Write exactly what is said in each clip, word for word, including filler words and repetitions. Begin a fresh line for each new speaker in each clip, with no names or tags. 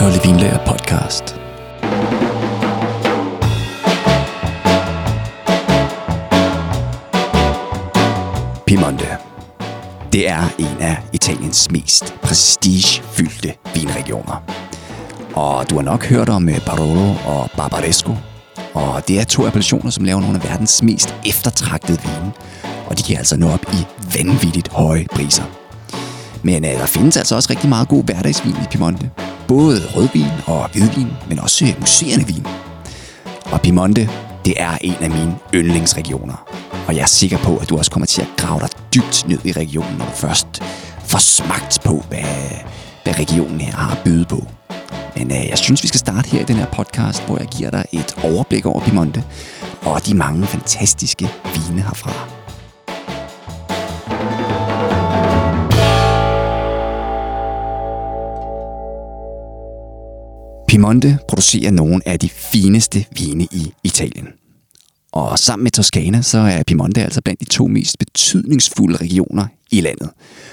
Stolte Vinlærer podcast. Piemonte. Det er en af Italiens mest prestigefyldte vinregioner. Og du har nok hørt om Barolo og Barbaresco. Og det er to appellationer, som laver nogle af verdens mest eftertragtede vine. Og de kan altså nå op i vanvittigt høje priser. Men uh, der findes altså også rigtig meget god hverdagsvin i Piemonte. Både rødvin og hvidvin, men også muserende vin. Og Piemonte, det er en af mine yndlingsregioner. Og jeg er sikker på, at du også kommer til at grave dig dybt ned i regionen, når du først får smagt på, hvad, hvad regionen her har at byde på. Men uh, jeg synes, vi skal starte her i den her podcast, hvor jeg giver dig et overblik over Piemonte og de mange fantastiske vine herfra. Piemonte producerer nogle af de fineste vine i Italien. Og sammen med Toscana, så er Piemonte altså blandt de to mest betydningsfulde regioner i landet.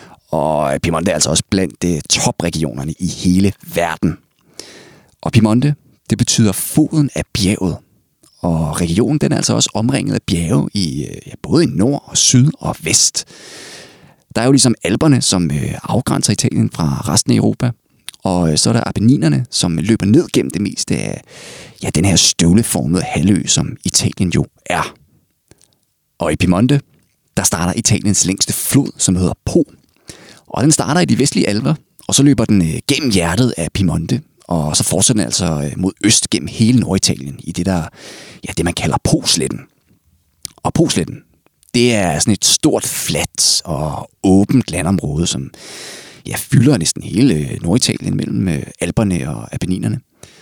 Og Piemonte er altså også blandt uh, topregionerne i hele verden. Og Piemonte, det betyder foden af bjerget. Og regionen, den er altså også omringet af bjerge i ja, både i nord og syd og vest. Der er jo ligesom Alperne, som øh, afgrænser Italien fra resten af Europa. Og så er der Apenninerne, som løber ned gennem det meste af ja, den her støvleformede halvø, som Italien jo er. Og i Piemonte, der starter Italiens længste flod, som hedder Po. Og den starter i de vestlige Alper, og så løber den øh, gennem hjertet af Piemonte. Og så fortsætter den altså mod øst gennem hele Norditalien i det, der, ja, det man kalder Po-sletten. Og Po-sletten, det er sådan et stort, fladt og åbent landområde, som ja, fylder næsten hele Norditalien mellem Alperne og Apenninerne.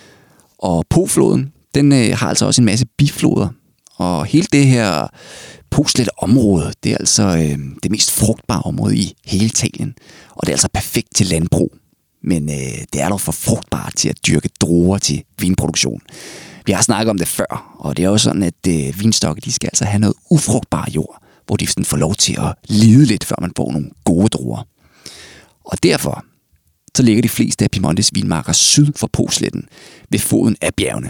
Og Po-floden, den øh, har altså også en masse bifloder. Og hele det her Po-slette-område, det er altså øh, det mest frugtbare område i hele Italien. Og det er altså perfekt til landbrug. Men øh, det er dog for frugtbart til at dyrke druer til vinproduktion. Vi har snakket om det før, og det er jo sådan, at øh, vinstokke, de skal altså have noget ufrugtbar jord, hvor de sådan får lov til at lide lidt, før man får nogle gode druer. Og derfor så ligger de fleste af Piemontes vinmarker syd for Po-sletten ved foden af bjergene.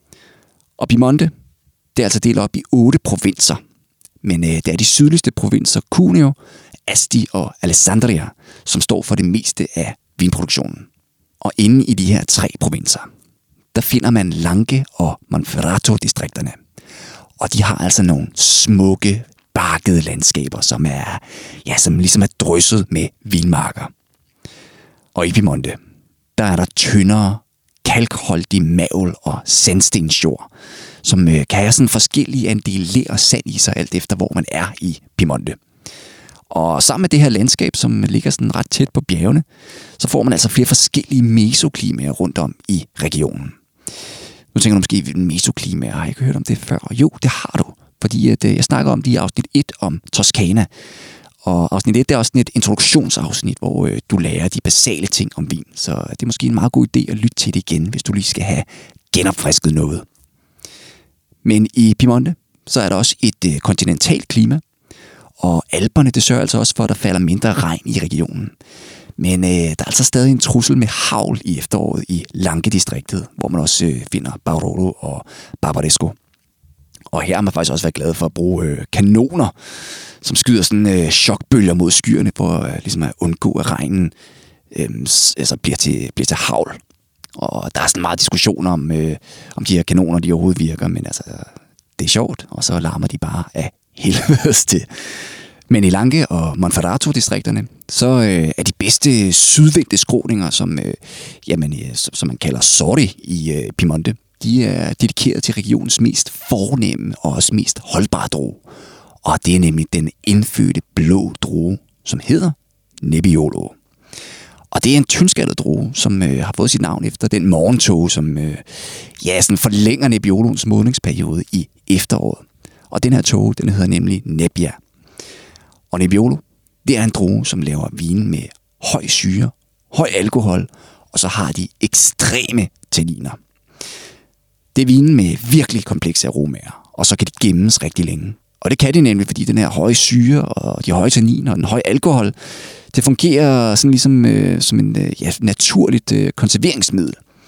Og Piemonte, det er altså delt op i otte provinser. Men øh, det er de sydligste provinser, Cuneo, Asti og Alessandria, som står for det meste af vinproduktionen. Og inde i de her tre provinser, der finder man Langhe og Monferrato-distrikterne. Og de har altså nogle smukke, bakkede landskaber, som er, ja, som ligesom er drysset med vinmarker. Og i Piemonte, der er der tyndere, kalkholdig mavl og sandstensjord, som øh, kan have sådan forskellige andele ler og sand i sig, alt efter hvor man er i Piemonte. Og sammen med det her landskab, som ligger sådan ret tæt på bjergene, så får man altså flere forskellige mesoklimaer rundt om i regionen. Nu tænker du måske, mesoklimaer, har jeg ikke hørt om det før? Jo, det har du, fordi at, jeg snakker om det i afsnit et om Toscana. Og afsnit et, det er også sådan et introduktionsafsnit, hvor øh, du lærer de basale ting om vin. Så det er måske en meget god idé at lytte til det igen, hvis du lige skal have genopfrisket noget. Men i Piemonte, så er der også et øh, kontinentalt klima. Og Alperne, det sørger altså også for, at der falder mindre regn i regionen. Men øh, der er altså stadig en trussel med hagl i efteråret i Langhe-distriktet, hvor man også øh, finder Barolo og Barbaresco. Og her har man faktisk også været glad for at bruge øh, kanoner, som skyder sådan øh, chokbølger mod skyerne, for øh, ligesom at undgå, at regnen øh, altså bliver til, bliver til hagl. Og der er sådan meget diskussion om, øh, om de her kanoner, de overhovedet virker, men altså, det er sjovt, og så larmer de bare af helvedes til. Men i Langhe og Monferrato-distrikterne, så øh, er de bedste sydvendte skråninger, som, øh, jamen, øh, som, som man kalder Sori i øh, Piemonte, de er dedikeret til regionens mest fornemme og også mest holdbare drue. Og det er nemlig den indfødte blå drue, som hedder Nebbiolo. Og det er en tyndskaldet drue, som øh, har fået sit navn efter den morgentåge, som øh, ja, sådan forlænger Nebbioloens modningsperiode i efteråret. Og den her tåge, den hedder nemlig Nebbia. Og Nebbiolo, det er en drue, som laver vin med høj syre, høj alkohol, og så har de ekstreme tanniner. Det er vinen med virkelig komplekse aromaer, og så kan de gemmes rigtig længe. Og det kan de nemlig, fordi den her høje syre og de høje tanniner og den høje alkohol, det fungerer sådan ligesom øh, som en øh, ja, naturligt øh, konserveringsmiddel.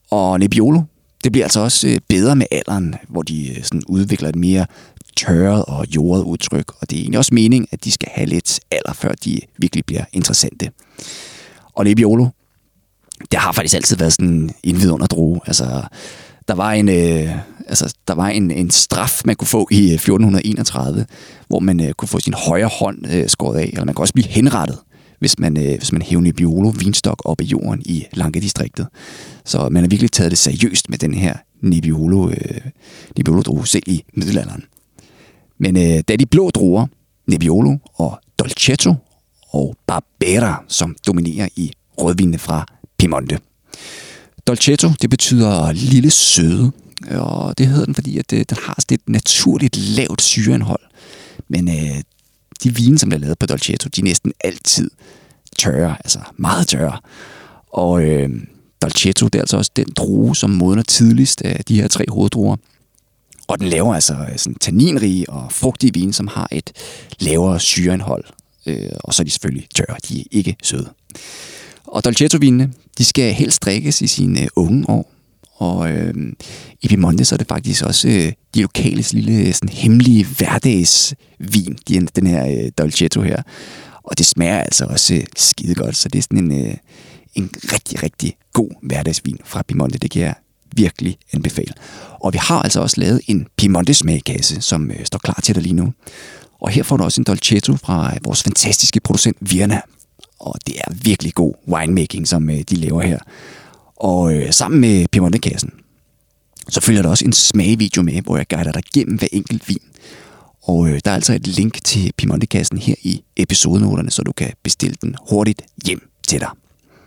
Og Nebbiolo, det bliver altså også bedre med alderen, hvor de sådan udvikler et mere tørret og jordet udtryk. Og det er egentlig også meningen, at de skal have lidt alder, før de virkelig bliver interessante. Og Nebbiolo, det har faktisk altid været sådan en vidunderdrue. Altså, der var en, øh, altså, der var en, en straf, man kunne få i fjorten enogtredive, hvor man øh, kunne få sin højre hånd øh, skåret af, eller man kunne også blive henrettet, hvis man, øh, hvis man hævde Nebbiolo vinstok op i jorden i Lanka-distriktet. Så man har virkelig taget det seriøst med den her Nebbiolo, øh, Nebbiolo-drue selv i middelalderen. Men øh, da de blå druer, Nebbiolo og Dolcetto og Barbera, som dominerer i rødvinene fra Piemonte. Dolcetto, det betyder lille søde, og det hedder den, fordi at, den har et naturligt lavt syreindhold. Men øh, de vine, som bliver lavet på Dolcetto, de er næsten altid tørre, altså meget tørre. Og øh, Dolcetto, det er altså også den drue, som modner tidligst af de her tre hoveddruer. Og den laver altså sådan tanninrige og frugtige vine, som har et lavere syreindhold. Øh, og så er de selvfølgelig tørre, de er ikke søde. Og Dolcetto-vinene, de skal helst drikkes i sine unge år. Og øh, i Piemonte, så er det faktisk også øh, de lokales lille sådan, hemmelige hverdagsvin, de, den her øh, Dolcetto her. Og det smager altså også øh, skide godt, så det er sådan en, øh, en rigtig, rigtig god hverdagsvin fra Piemonte. Det kan jeg virkelig anbefale. Og vi har altså også lavet en Piemonte-smagkasse, som øh, står klar til dig lige nu. Og her får du også en Dolcetto fra øh, vores fantastiske producent Virna. Og det er virkelig god winemaking, som øh, de laver her. Og øh, sammen med Piemonte-kassen, så følger der også en smagvideo med, hvor jeg guider dig gennem hver enkelt vin. Og øh, der er altså et link til Piemonte-kassen her i episodenoterne, så du kan bestille den hurtigt hjem til dig.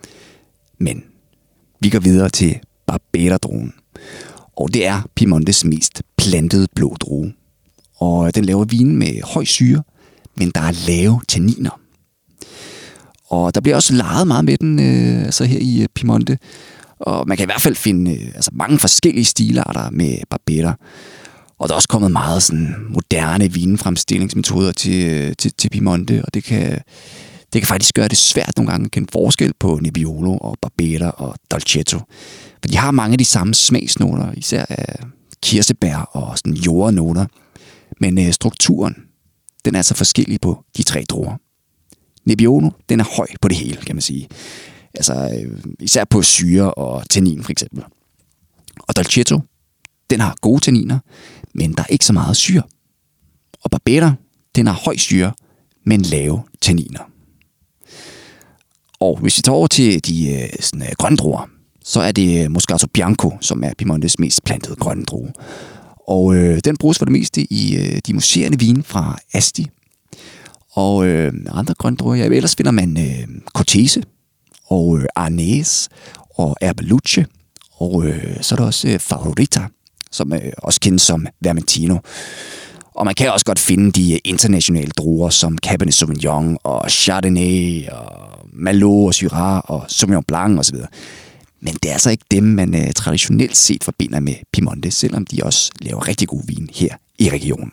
Men vi går videre til Barbera-druen. Og det er Piemontes mest plantede blå drue. Og den laver vinen med høj syre, men der er lave tanniner. Og der bliver også leget meget med den øh, altså her i øh, Piemonte. Og man kan i hvert fald finde øh, altså mange forskellige stilarter med Barbera. Og der er også kommet meget sådan moderne vinfremstillingsmetoder til, øh, til, til Piemonte. Og det kan, det kan faktisk gøre det svært nogle gange at kende forskel på Nebbiolo og Barbera og Dolcetto. For de har mange af de samme smagsnoter, især af kirsebær og sådan jordnoter. Men øh, strukturen, den er altså forskellig på de tre druer. Nebbiolo, den er høj på det hele, kan man sige. Altså øh, især på syre og tannin for eksempel. Og Dolcetto, den har gode tanniner, men der er ikke så meget syre. Og Barbera, den har høj syre, men lave tanniner. Og hvis vi tager over til de øh, sådan, øh, grønne druer, så er det Moscato Bianco, som er Piemontes mest plantede grønne drue. Og øh, den bruges for det meste i øh, de mousserende vine fra Asti. Og øh, andre grønne druer, ja, ellers finder man øh, Cortese og øh, Arnese og Herbaluce. Og øh, så er der også øh, Favorita, som øh, også kendes som Vermentino. Og man kan også godt finde de internationale druer som Cabernet Sauvignon og Chardonnay og Merlot og Syrah og Sauvignon Blanc osv. Men det er altså ikke dem, man øh, traditionelt set forbinder med Piemonte, selvom de også laver rigtig god vin her i regionen.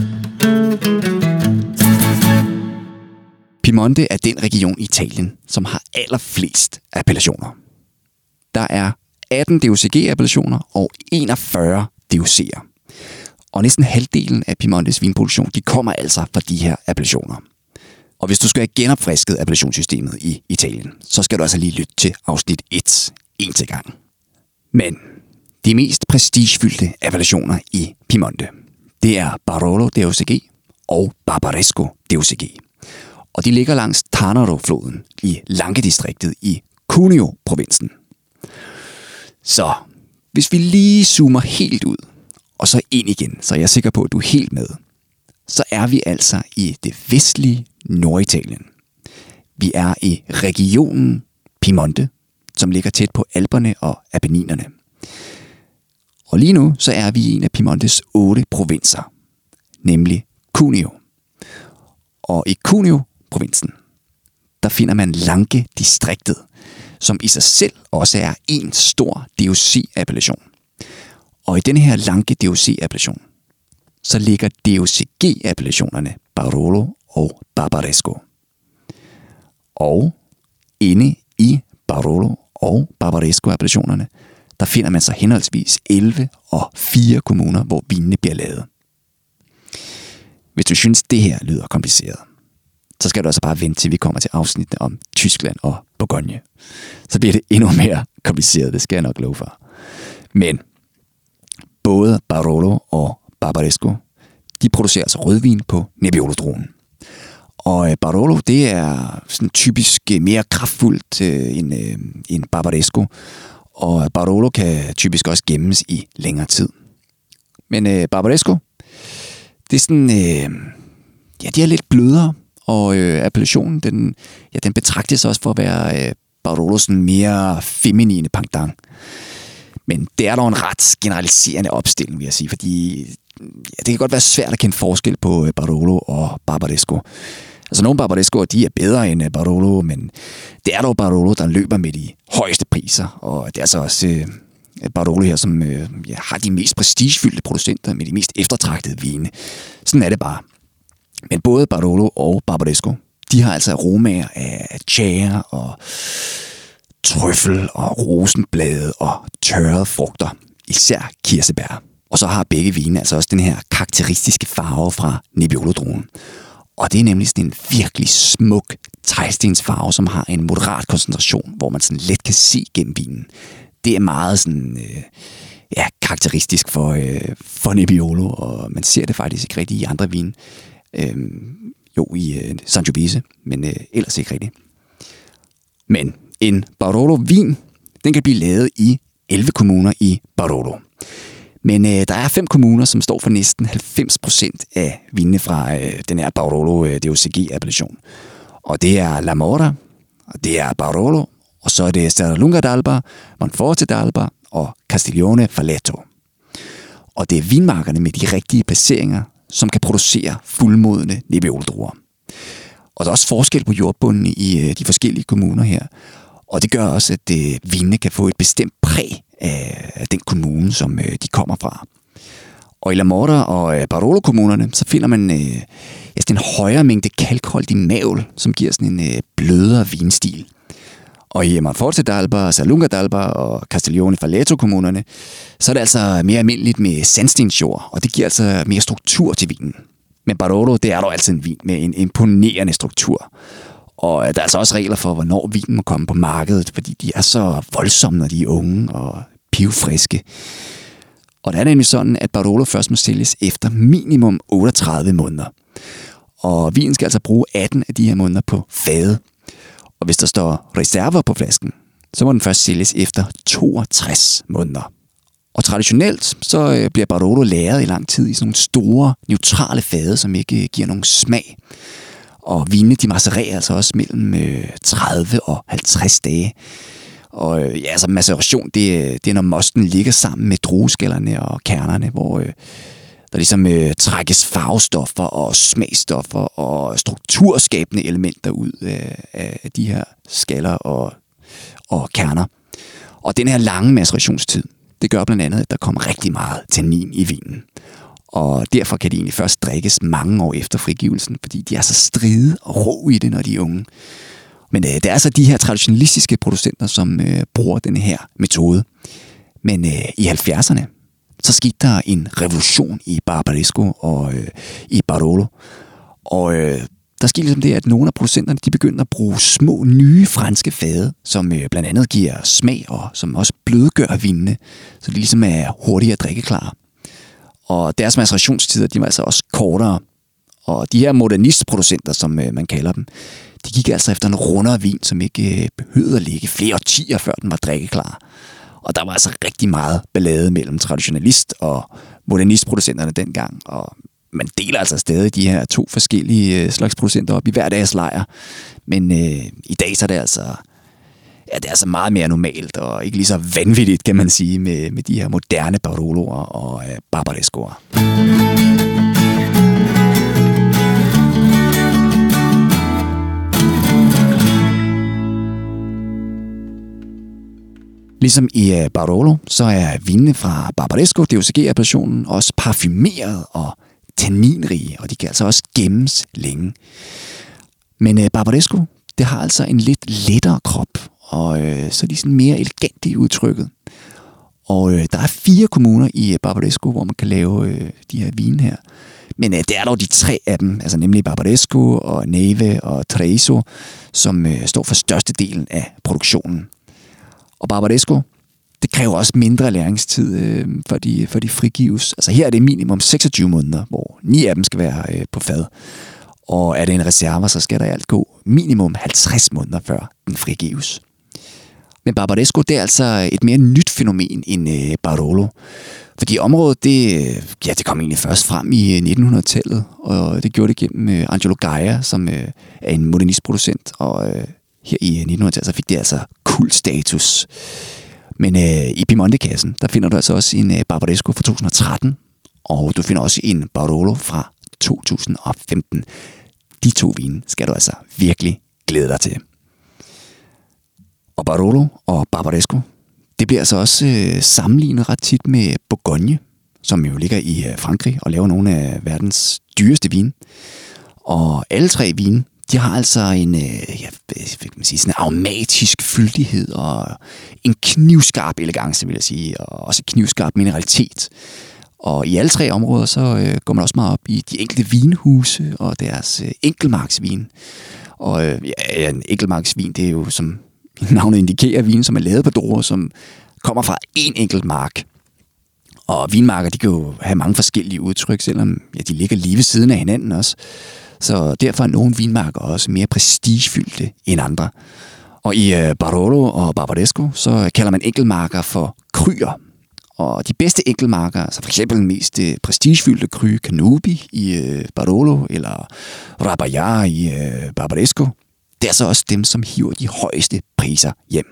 Piemonte er den region i Italien, som har allerflest appellationer. Der er atten D O C G-appellationer og enogfyrre D O C'er. Og næsten halvdelen af Piemontes vinproduktion, de kommer altså fra de her appellationer. Og hvis du skal have genopfrisket appellationssystemet i Italien, så skal du altså lige lytte til afsnit et en til gang. Men de mest prestigefyldte appellationer i Piemonte, det er Barolo D O C G og Barbaresco D O C G. Og de ligger langs Tanaro-floden i Lanka-distriktet i Cuneo-provinsen. Så hvis vi lige zoomer helt ud, og så ind igen, så er jeg sikker på, at du er helt med, så er vi altså i det vestlige Norditalien. Vi er i regionen Piemonte, som ligger tæt på Alperne og Apenninerne. Og lige nu så er vi i en af Piemontes otte provinser, nemlig Cuneo. Og i Cuneo-provinsen, der finder man Lanka-distriktet, som i sig selv også er en stor D O C-appellation. Og i denne her Lanka D O C-appellation, så ligger D O C G-appellationerne Barolo og Barbaresco. Og inde i Barolo og Barbaresco-appellationerne, der finder man så henholdsvis elleve og fire kommuner, hvor vinene bliver lavet. Hvis du synes, det her lyder kompliceret, så skal du altså bare vente til vi kommer til afsnittet om Tyskland og Bourgogne. Så bliver det endnu mere kompliceret, det skal jeg nok love for. Men både Barolo og Barbaresco, de producerer altså rødvin på Nebbiolo-druen. Og Barolo, det er sådan typisk mere kraftfuldt øh, end, øh, end Barbaresco. Og Barolo kan typisk også gemmes i længere tid. Men øh, Barbaresco, det er sådan, øh, ja, de er lidt blødere. Og øh, appellationen, den, ja, den betragtes også for at være øh, Barolos sådan mere feminine pendant. Men det er dog en ret generaliserende opstilling, vil jeg sige, fordi ja, det kan godt være svært at kende forskel på øh, Barolo og Barbaresco. Altså nogle Barbarescoer, de er bedre end øh, Barolo, men det er dog Barolo, der løber med de højeste priser, og det er så også øh, Barolo her, som øh, ja, har de mest prestigefyldte producenter med de mest eftertragtede vine. Sådan er det bare. Men både Barolo og Barbaresco, de har altså aromaer af tjære og trøffel og rosenblade og tørrede frugter, især kirsebær. Og så har begge vine altså også den her karakteristiske farve fra Nebbiolo-druen. Og det er nemlig sådan en virkelig smuk teglstensfarve, som har en moderat koncentration, hvor man sådan let kan se gennem vinen. Det er meget sådan, øh, ja, karakteristisk for, øh, for Nebbiolo, og man ser det faktisk ikke rigtig i andre vine. Øhm, jo, i øh, Sangiovese, men øh, ellers ikke rigtigt. Men en Barolo-vin, den kan blive lavet i elleve kommuner i Barolo. Men øh, der er fem kommuner, som står for næsten halvfems procent af vinene fra øh, den her Barolo øh, D O C G-appellation. Og det er La Mora, og det er Barolo, og så er det Serralunga d'Alba, Monforte d'Alba og Castiglione Falletto. Og det er vinmarkerne med de rigtige placeringer, som kan producere fuldmodne Nebbiolo-druer. Og der er også forskel på jordbunden i øh, de forskellige kommuner her. Og det gør også, at øh, vinene kan få et bestemt præg af, af den kommune, som øh, de kommer fra. Og i La Mora og øh, Barolo-kommunerne, så finder man øh, ja, en højere mængde kalkholdig mavl, som giver sådan en øh, blødere vinstil. Og i Monforte d'Alba, Serralunga d'Alba og Castiglione Falletto-kommunerne, så er det altså mere almindeligt med sandstensjord, og det giver altså mere struktur til vinen. Men Barolo, det er dog altid en vin med en imponerende struktur. Og der er altså også regler for, hvornår vinen må komme på markedet, fordi de er så voldsomme, når de er unge og pivfriske. Og det er nemlig sådan, at Barolo først må sælges efter minimum otteogtredive måneder. Og vinen skal altså bruge atten af de her måneder på fade. Og hvis der står reserver på flasken, så må den først sælges efter toogtres måneder. Og traditionelt så bliver Barolo lagret i lang tid i sådan nogle store, neutrale fade, som ikke giver nogen smag. Og vinene, de macererer altså også mellem tredive og halvtreds dage. Og ja, altså maceration, det, det er når mosten ligger sammen med drueskallerne og kernerne, hvor øh, der ligesom øh, trækkes farvestoffer og smagstoffer og strukturskabende elementer ud af, af de her skaller og, og kerner. Og den her lange macerationstid, det gør blandt andet, at der kommer rigtig meget tannin i vinen. Og derfor kan de egentlig først drikkes mange år efter frigivelsen, fordi de er så stride og rå i det, når de er unge. Men øh, det er altså de her traditionalistiske producenter, som øh, bruger denne her metode. Men øh, i halvfjerdserne, så skete der en revolution i Barbaresco og øh, i Barolo. Og øh, der skete ligesom det, at nogle af producenterne, de begyndte at bruge små, nye franske fade, som øh, blandt andet giver smag og som også blødgør vinene, så de ligesom er hurtigere drikkeklare. Og deres macerationstider, de var altså også kortere. Og de her modernistproducenter, som øh, man kalder dem, de gik altså efter en rundere vin, som ikke øh, behøvede at ligge flere årtier, før den var drikkeklar. Og der var altså rigtig meget ballade mellem traditionalist- og modernistproducenterne dengang. Og man deler altså stadig de her to forskellige øh, slags producenter op i hver deres lejr. Men øh, i dag så er det altså... Ja, det er altså meget mere normalt, og ikke lige så vanvittigt, kan man sige, med, med de her moderne Baroloer og øh, Barbarescoer. Ligesom i øh, Barolo, så er vinene fra Barbaresco D O C G-appellationen også parfumeret og tanninrige, og de kan altså også gemmes længe. Men øh, Barbaresco, det har altså en lidt lettere krop, og øh, så er de sådan mere elegante i udtrykket. Og øh, der er fire kommuner i Barbaresco, hvor man kan lave øh, de her vine her. Men øh, det er dog de tre af dem, altså nemlig Barbaresco og Neve og Treviso, som øh, står for størstedelen af produktionen. Og Barbaresco, det kræver også mindre læringstid, øh, for, de, for de frigives. Altså her er det minimum seksogtyve måneder, hvor ni af dem skal være øh, på fad. Og er det en reserve, så skal der alt gå minimum halvtreds måneder, før den frigives. Men Barbaresco, det er altså et mere nyt fænomen end øh, Barolo. Fordi området, det, ja, det kom egentlig først frem i nittenhundredetallet, og det gjorde det gennem øh, Angelo Gaia, som øh, er en modernistproducent, og øh, her i nittenhundredetallet så fik det altså kultstatus. Men øh, i Piemonte-kassen, der finder du altså også en øh, Barbaresco fra to tusind og tretten, og du finder også en Barolo fra to tusind og femten. De to vine skal du altså virkelig glæde dig til. Og Barolo og Barbaresco, det bliver altså også øh, sammenlignet ret tit med Bourgogne, som jo ligger i øh, Frankrig og laver nogle af verdens dyreste vine. Og alle tre vine, de har altså en, øh, ja, kan man sige, sådan en aromatisk fyldighed og en knivskarp elegance, vil jeg sige, og også knivskarp mineralitet. Og i alle tre områder, så øh, går man også meget op i de enkelte vinhuse og deres øh, enkeltmarksvin. Og øh, ja, en enkeltmarksvin, det er jo, som navnet indikerer, vin, som er lavet på druer, som kommer fra én enkelt mark. Og vinmarker, de kan jo have mange forskellige udtryk, selvom ja, de ligger lige ved siden af hinanden også. Så derfor er nogle vinmarker også mere prestigefyldte end andre. Og i uh, Barolo og Barbaresco, så kalder man enkeltmarker for kryer. Og de bedste enkeltmarker, altså for eksempel den mest uh, prestigefyldte kry, Canubi i uh, Barolo, eller Rabayar i uh, Barbaresco, det er så også dem, som hiver de højeste priser hjem.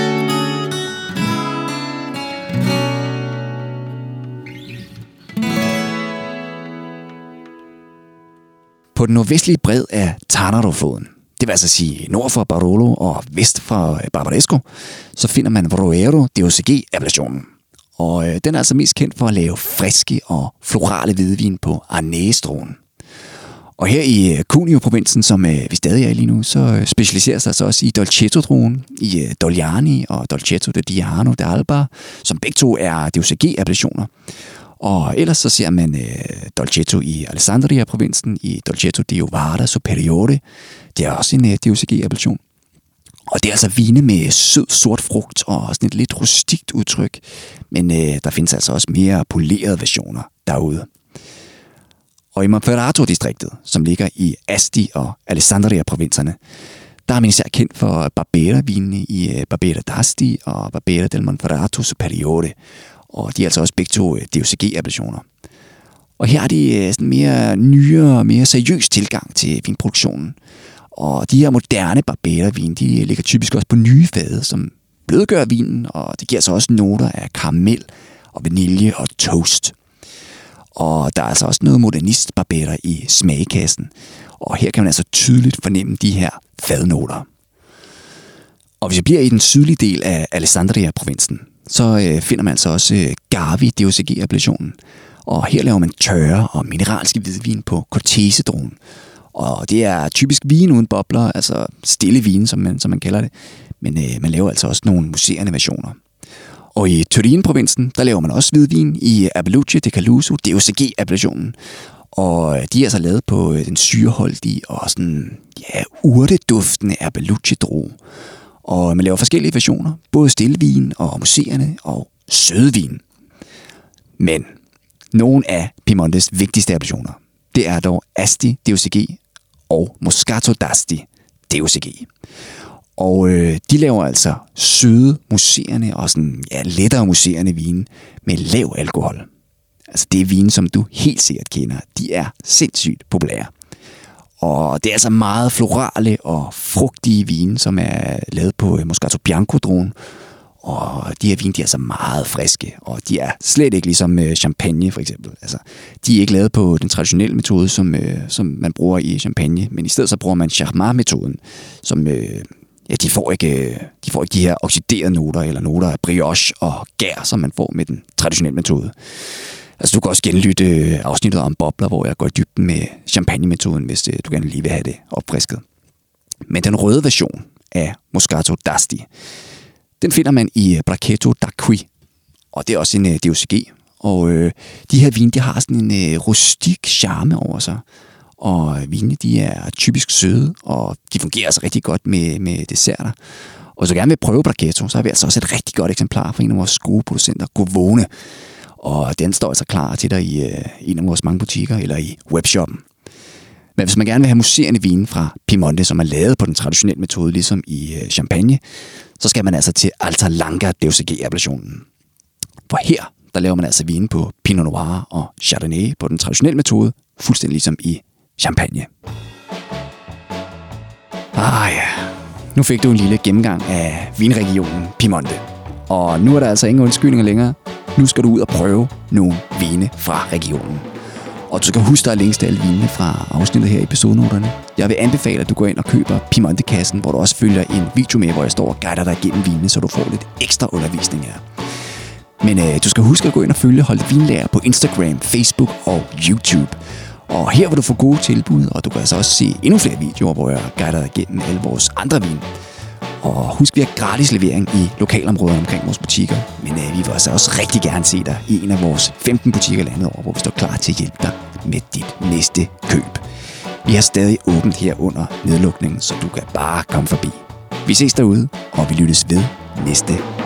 På den nordvestlige bred af Tanaro-floden, det vil altså sige nord for Barolo og vest for Barbaresco, så finder man Roero D O C G-appellationen. Og øh, den er altså mest kendt for at lave friske og florale hvidvin på Arnæsdroen. Og her i Cuneo-provinsen, som øh, vi stadig er lige nu, så øh, specialiserer sig altså også i Dolcetto-druen, i øh, Dogliani og Dolcetto de Diano d'Alba, som begge to er D O C G-appellationer. Og ellers så ser man øh, Dolcetto i Alessandria-provinsen, i Dolcetto di Ovara Superiore. Det er også en øh, D O C G-appellation. Og det er altså vine med sød sort frugt og sådan et lidt rustikt udtryk. Men øh, der findes altså også mere polerede versioner derude. Og i Monferrato-distriktet, som ligger i Asti og Alessandria-provinserne, der er man især kendt for Barbera-vinene i Barbera d'Asti og Barbera del Monferrato Superiore. Og de er altså også begge to D O C G-appellationer. Og her er de sådan mere nyere og mere seriøs tilgang til vinproduktionen. Og de her moderne Barbera-vine, de ligger typisk også på nye fade, som blødgør vinen, og det giver så også noter af karamel og vanilje og toast. Og der er altså også noget modernist Barbera i smagkassen. Og her kan man altså tydeligt fornemme de her fadnoter. Og hvis vi bliver i den sydlige del af Alessandria-provinsen, så øh, finder man altså også øh, Gavi D O C G-appellationen. Og her laver man tørre og mineralske hvidvin på Cortese-druen. Og det er typisk vin uden bobler, altså stille vin, som man, som man kalder det. Men øh, man laver altså også nogle museerne versioner. Og i Turin-provinsen, der laver man også hvidvin i Abelucci di Caluso D O C G-appellationen. Og de er altså lavet på den syreholdige og sådan, ja, urteduftende Abelucci-drue. Og man laver forskellige versioner, både stillevin og museerne og sødvin. Men nogle af Piemontes vigtigste appellationer, det er dog Asti D O C G og Moscato d'Asti D O C G. Og øh, de laver altså søde, museerne og sådan, ja, lettere museerne vine med lav alkohol. Altså det er vine, som du helt sikkert kender. De er sindssygt populære. Og det er altså meget florale og frugtige vine, som er lavet på Moscato Bianco-druen. Og de her vine, de er altså meget friske, og de er slet ikke ligesom champagne for eksempel. Altså, de er ikke lavet på den traditionelle metode, som, som man bruger i champagne, men i stedet så bruger man Charmat-metoden, som ja, de får ikke de får ikke de her oxiderede noter, eller noter af brioche og gær, som man får med den traditionelle metode. Altså, du kan også genlytte afsnittet om bobler, hvor jeg går i dybden med champagne-metoden, hvis du gerne lige vil have det opfrisket. Men den røde version af Moscato d'Asti, den finder man i Bracchetto d'Acqui. og det er også en øh, D O C G. Og øh, de her vine, de har sådan en øh, rustik charme over sig. Og vinene, de er typisk søde, og de fungerer altså rigtig godt med, med desserter. Og hvis du gerne vil prøve Bracchetto, så har vi altså også et rigtig godt eksemplar fra en af vores gode producenter, Govone. Og den står altså klar til dig i øh, en af vores mange butikker, eller i webshoppen. Men hvis man gerne vil have muserende vine fra Piemonte, som er lavet på den traditionelle metode, ligesom i øh, Champagne, så skal man altså til Alta Langa D O C G-appellationen. For her, der laver man altså vine på Pinot Noir og Chardonnay på den traditionelle metode, fuldstændig ligesom i Champagne. Ah ja, nu fik du en lille gennemgang af vinregionen Piemonte. Og nu er der altså ingen undskyldninger længere. Nu skal du ud og prøve nogle vine fra regionen. Og du skal huske, der er links til alle vinene fra afsnittet her i episodenoterne. Jeg vil anbefale, at du går ind og køber Piemonte-kassen, hvor du også følger en video med, hvor jeg står og guider dig igennem vinene, så du får lidt ekstra undervisning her. Men øh, du skal huske at gå ind og følge Holte Vinlærer på Instagram, Facebook og YouTube. Og her vil du få gode tilbud, og du kan altså også se endnu flere videoer, hvor jeg guider dig igennem alle vores andre vine. Og husk, vi har gratis levering i lokalområderne omkring vores butikker. Men øh, vi vil altså også rigtig gerne se dig i en af vores femten butikker landet over, hvor vi står klar til at hjælpe dig med dit næste køb. Vi har stadig åbent her under nedlukningen, så du kan bare komme forbi. Vi ses derude, og vi lyttes ved næste